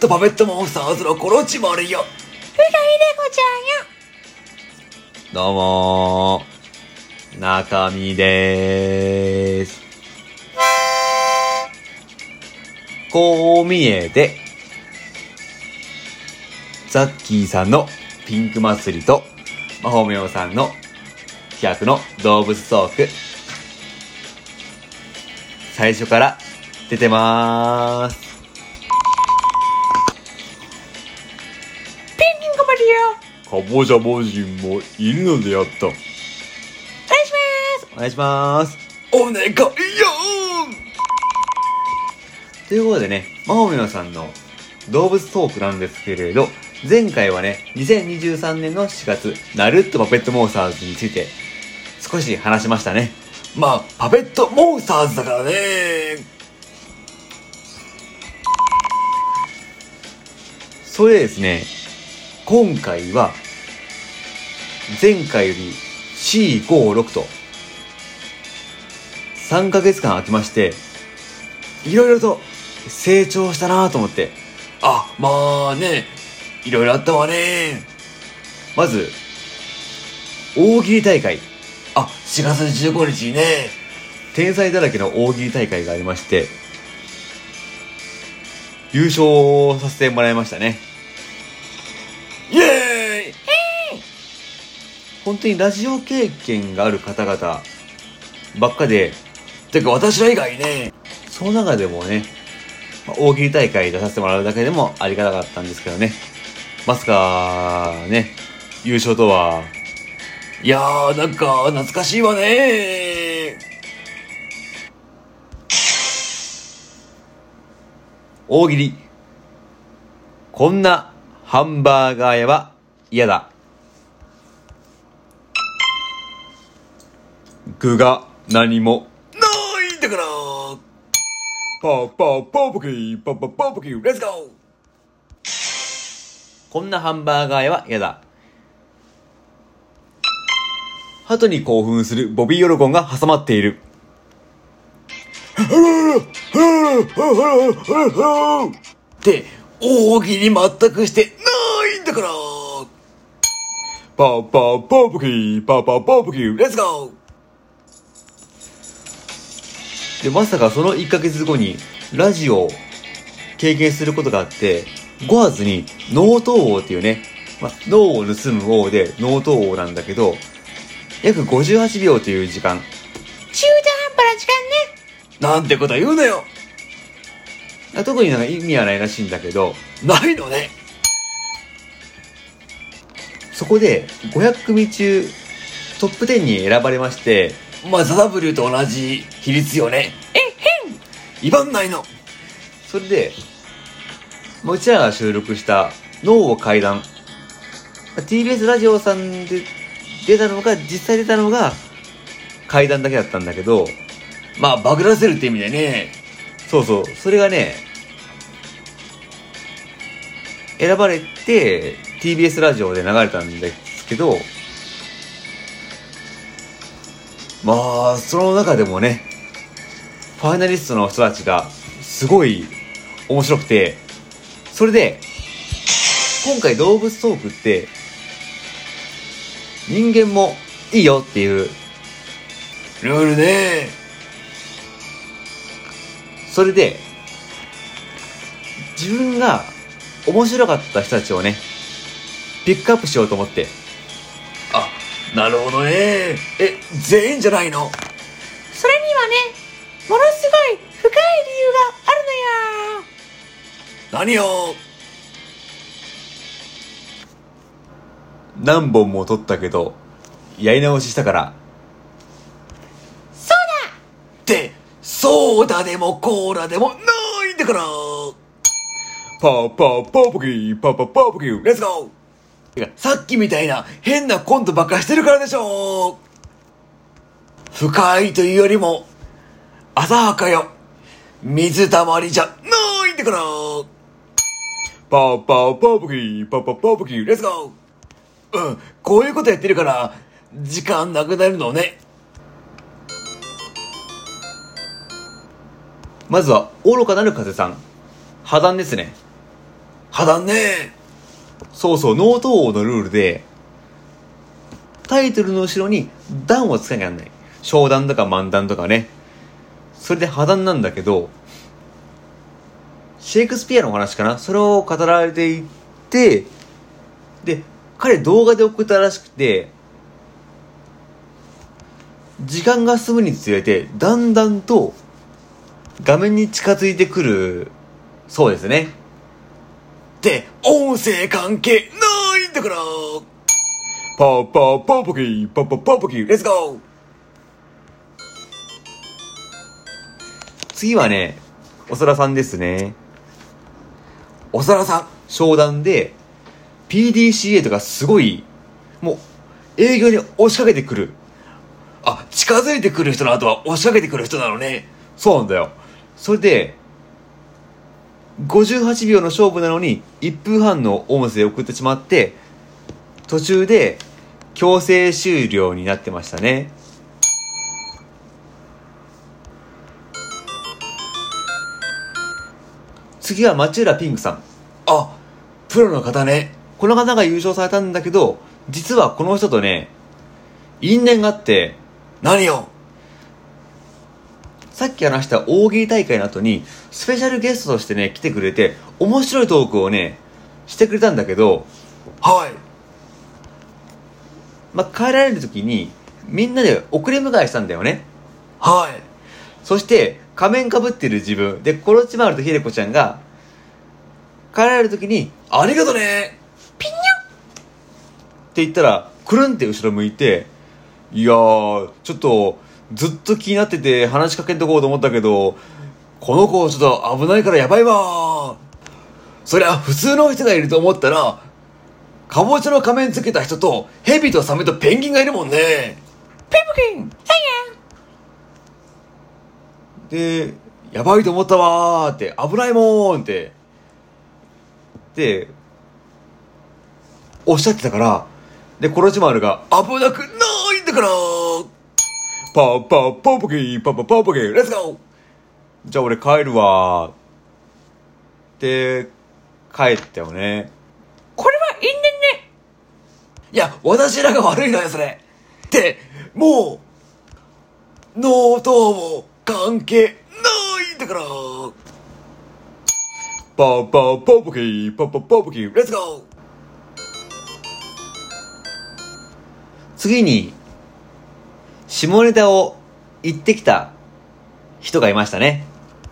とパペットモンスターズのコロチマルよ。 ふがいでごちゃどうもー、中身でーす。こう見えて、ザッキーさんのピンク祭りと、まほみょうさんの企画の動物トーク、最初から出てまーす。 ペンギンがまるよ。 かぼちゃ魔人もいるのであった。 お願いします。 お願いします。 お願いよということでね、まほみょうさんの動物トークなんですけれど、前回はね、2023年の4月、ナルットパペットモンスターズについて少し話しましたね。 まあ、パペットモンスターズだからね。 それでですね、今回は、前回より C56 と、3ヶ月間空きまして、いろいろと成長したなぁと思って。 あ、まあね、いろいろあったわね。 まず、大喜利大会。 あ、4月15日にね。 天才だらけの大喜利大会がありまして、優勝させてもらいましたね。 イエーイ。 本当にラジオ経験がある方々ばっかで、 てか私ら以外ね。 その中でもね、大喜利大会出させてもらうだけでもありがたかったんですけどね。まさか、ね、優勝とは。 いやー、なんか懐かしいわね。 大喜利。こんなハンバーガー屋は嫌だ。具が何もないんだから。パーパーパーポキー、パーパーパーポキー、レッツゴー。 こんなハンバーガー屋は嫌だ。鳩に興奮するボビー・ヨロゴンが挟まっている。 って大喜利全くしてないんだから。パーパーパーポキー、パーパーパーポキー、レッツゴー。 で、まさかその1ヶ月後にラジオを経験することがあって、5月に脳頭王っていうね、脳を盗む王で脳頭王なんだけど、約58秒という時間。 中途半端な時間ね。 なんてこと言うなよ。 特になんか意味はないらしいんだけど、 ないのね。 そこで500組中トップ10に選ばれまして、 まあ、ザ・ W と同じ比率よね。威張んないの。 それで、うちらが収録した脳を怪談、TBS ラジオさんで出たのが、実際出たのが怪談だけだったんだけど、 まあ、バグらせるって意味でね。 そうそう、それがね、選ばれて TBS ラジオで流れたんですけど、まあ、その中でもね、ファイナリストの人たちがすごい面白くて、それで、今回動物トークって、人間もいいよっていうルールね。 それで、自分が面白かった人たちをね、ピックアップしようと思って。 あ、なるほどね。全員じゃないの？ それにはね、ものすごい深い理由があるのよ。 何よ。 何本も撮ったけど、やり直ししたから。 そうだ。 ってそうだでもコーラでもないんだから。パーパーパーポキー、パーパーパーポキー、レッツゴー。さっきみたいな変なコントばっかしてるからでしょ。深いというよりも浅はかよ。水たまりじゃないんだから。パーパーパーポキー、パーパーパーポキー、レッツゴー。こういうことやってるから時間なくなるのね。 まずは愚かなる風さん、破談ですね。 破談ね。 そうそう、ノート王のルールで、タイトルの後ろに段をつけなきゃなんない。小段とか漫談とかね。それで破談なんだけど、シェイクスピアのお話かな、それを語られていって、で、彼動画で送ったらしくて、時間が進むにつれて、だんだんと画面に近づいてくるそうですね。 で、音声関係ないんだから。パーパーパーポキー、パーパーパーポキー、レッツゴー。 次はね、おそらさんですね。 おさらさん。 商談で PDCA とかすごい、もう営業に押しかけてくる。 あ、近づいてくる人の後は押しかけてくる人なのね。 そうなんだよ。それで58秒の勝負なのに1分半の音声を送ってしまって、途中で強制終了になってましたね。次は町浦ピンクさん。 あ、プロの方ね。 この方が優勝されたんだけど、実はこの人とね、因縁があって、 何よ。 さっき話した大喜利大会の後にスペシャルゲストとしてね来てくれて、面白いトークをねしてくれたんだけど、 はい。 帰られる時にみんなで送り迎えしたんだよね。 はい。 そして仮面かぶってる自分で、コロチマルとヒデコちゃんが帰られる時にありがとね。 ピニョって言ったら、くるんって後ろ向いて、いやーちょっとずっと気になってて話しかけんとこうと思ったけど、 この子ちょっと危ないからやばいわ。そりゃ普通の人がいると思ったら、かぼちゃの仮面つけた人とヘビとサメとペンギンがいるもんね。 ペンギンサで、やばいと思ったわーって、危ないもーんってでおっしゃってたから、でコロチマルが危なくないんだから。パーパーパーポキー、パーパーパーポキー、レッツゴー。 じゃあ俺帰るわーって帰ったよね。 これは因縁ね。 いや、私らが悪いのよ、それ。って、もう、ノートも関係ないんだから。パーパーパーポキー、パーパーパーポキー、レッツゴー。 次に下ネタを言ってきた人がいましたね。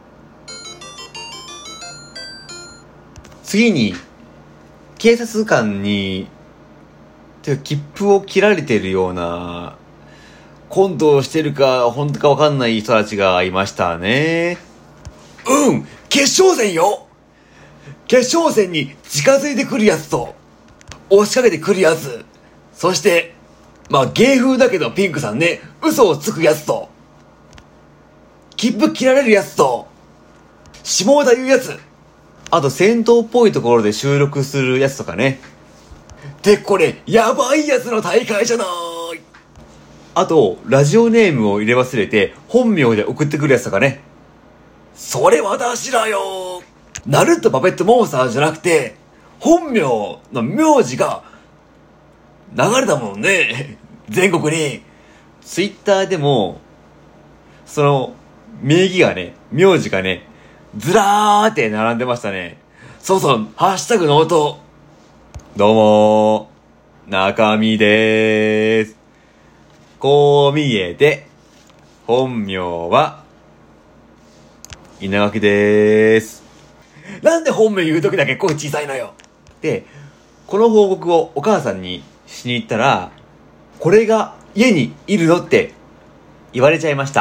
次に警察官に切符を切られてるようなコントをしてるか本当か分かんない人たちがいましたね。 うん、決勝戦よ。決勝戦に近づいてくるやつと押しかけてくるやつ、そして芸風だけどピンクさんね、嘘をつくやつと切符切られるやつと下ネタ言うやつ、 あと戦闘っぽいところで収録するやつとかね。 でこれやばいやつの大会じゃない。 あとラジオネームを入れ忘れて本名で送ってくるやつとかね。 それ私らよ。ナルトパペットモンスターじゃなくて本名の名字が流れたもんね、全国に。 ツイッターでもその名義がね、名字がね、ずらーって並んでましたね。 そうそう、ハッシュタグノート。 どうもー、中身でーす。こう見えて本名は稲垣でーす。 なんで本名言う時だけ声小さいのよ。 で、この報告をお母さんにしに行ったら、これが家にいるのって言われちゃいました。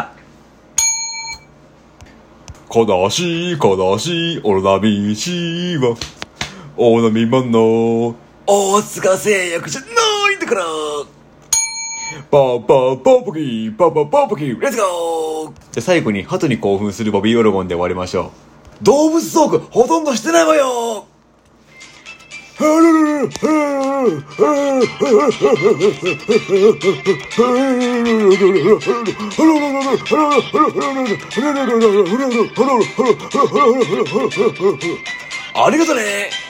悲しい悲しいオロナミシはオロナミマンの大塚製薬じゃないんだから。パーパーパーポキー、パーパーパーポキー、レッツゴー。 じゃあ最後に鳩に興奮するボビー・オロゴンで終わりましょう。動物トークほとんどしてないわよ。ありがとね。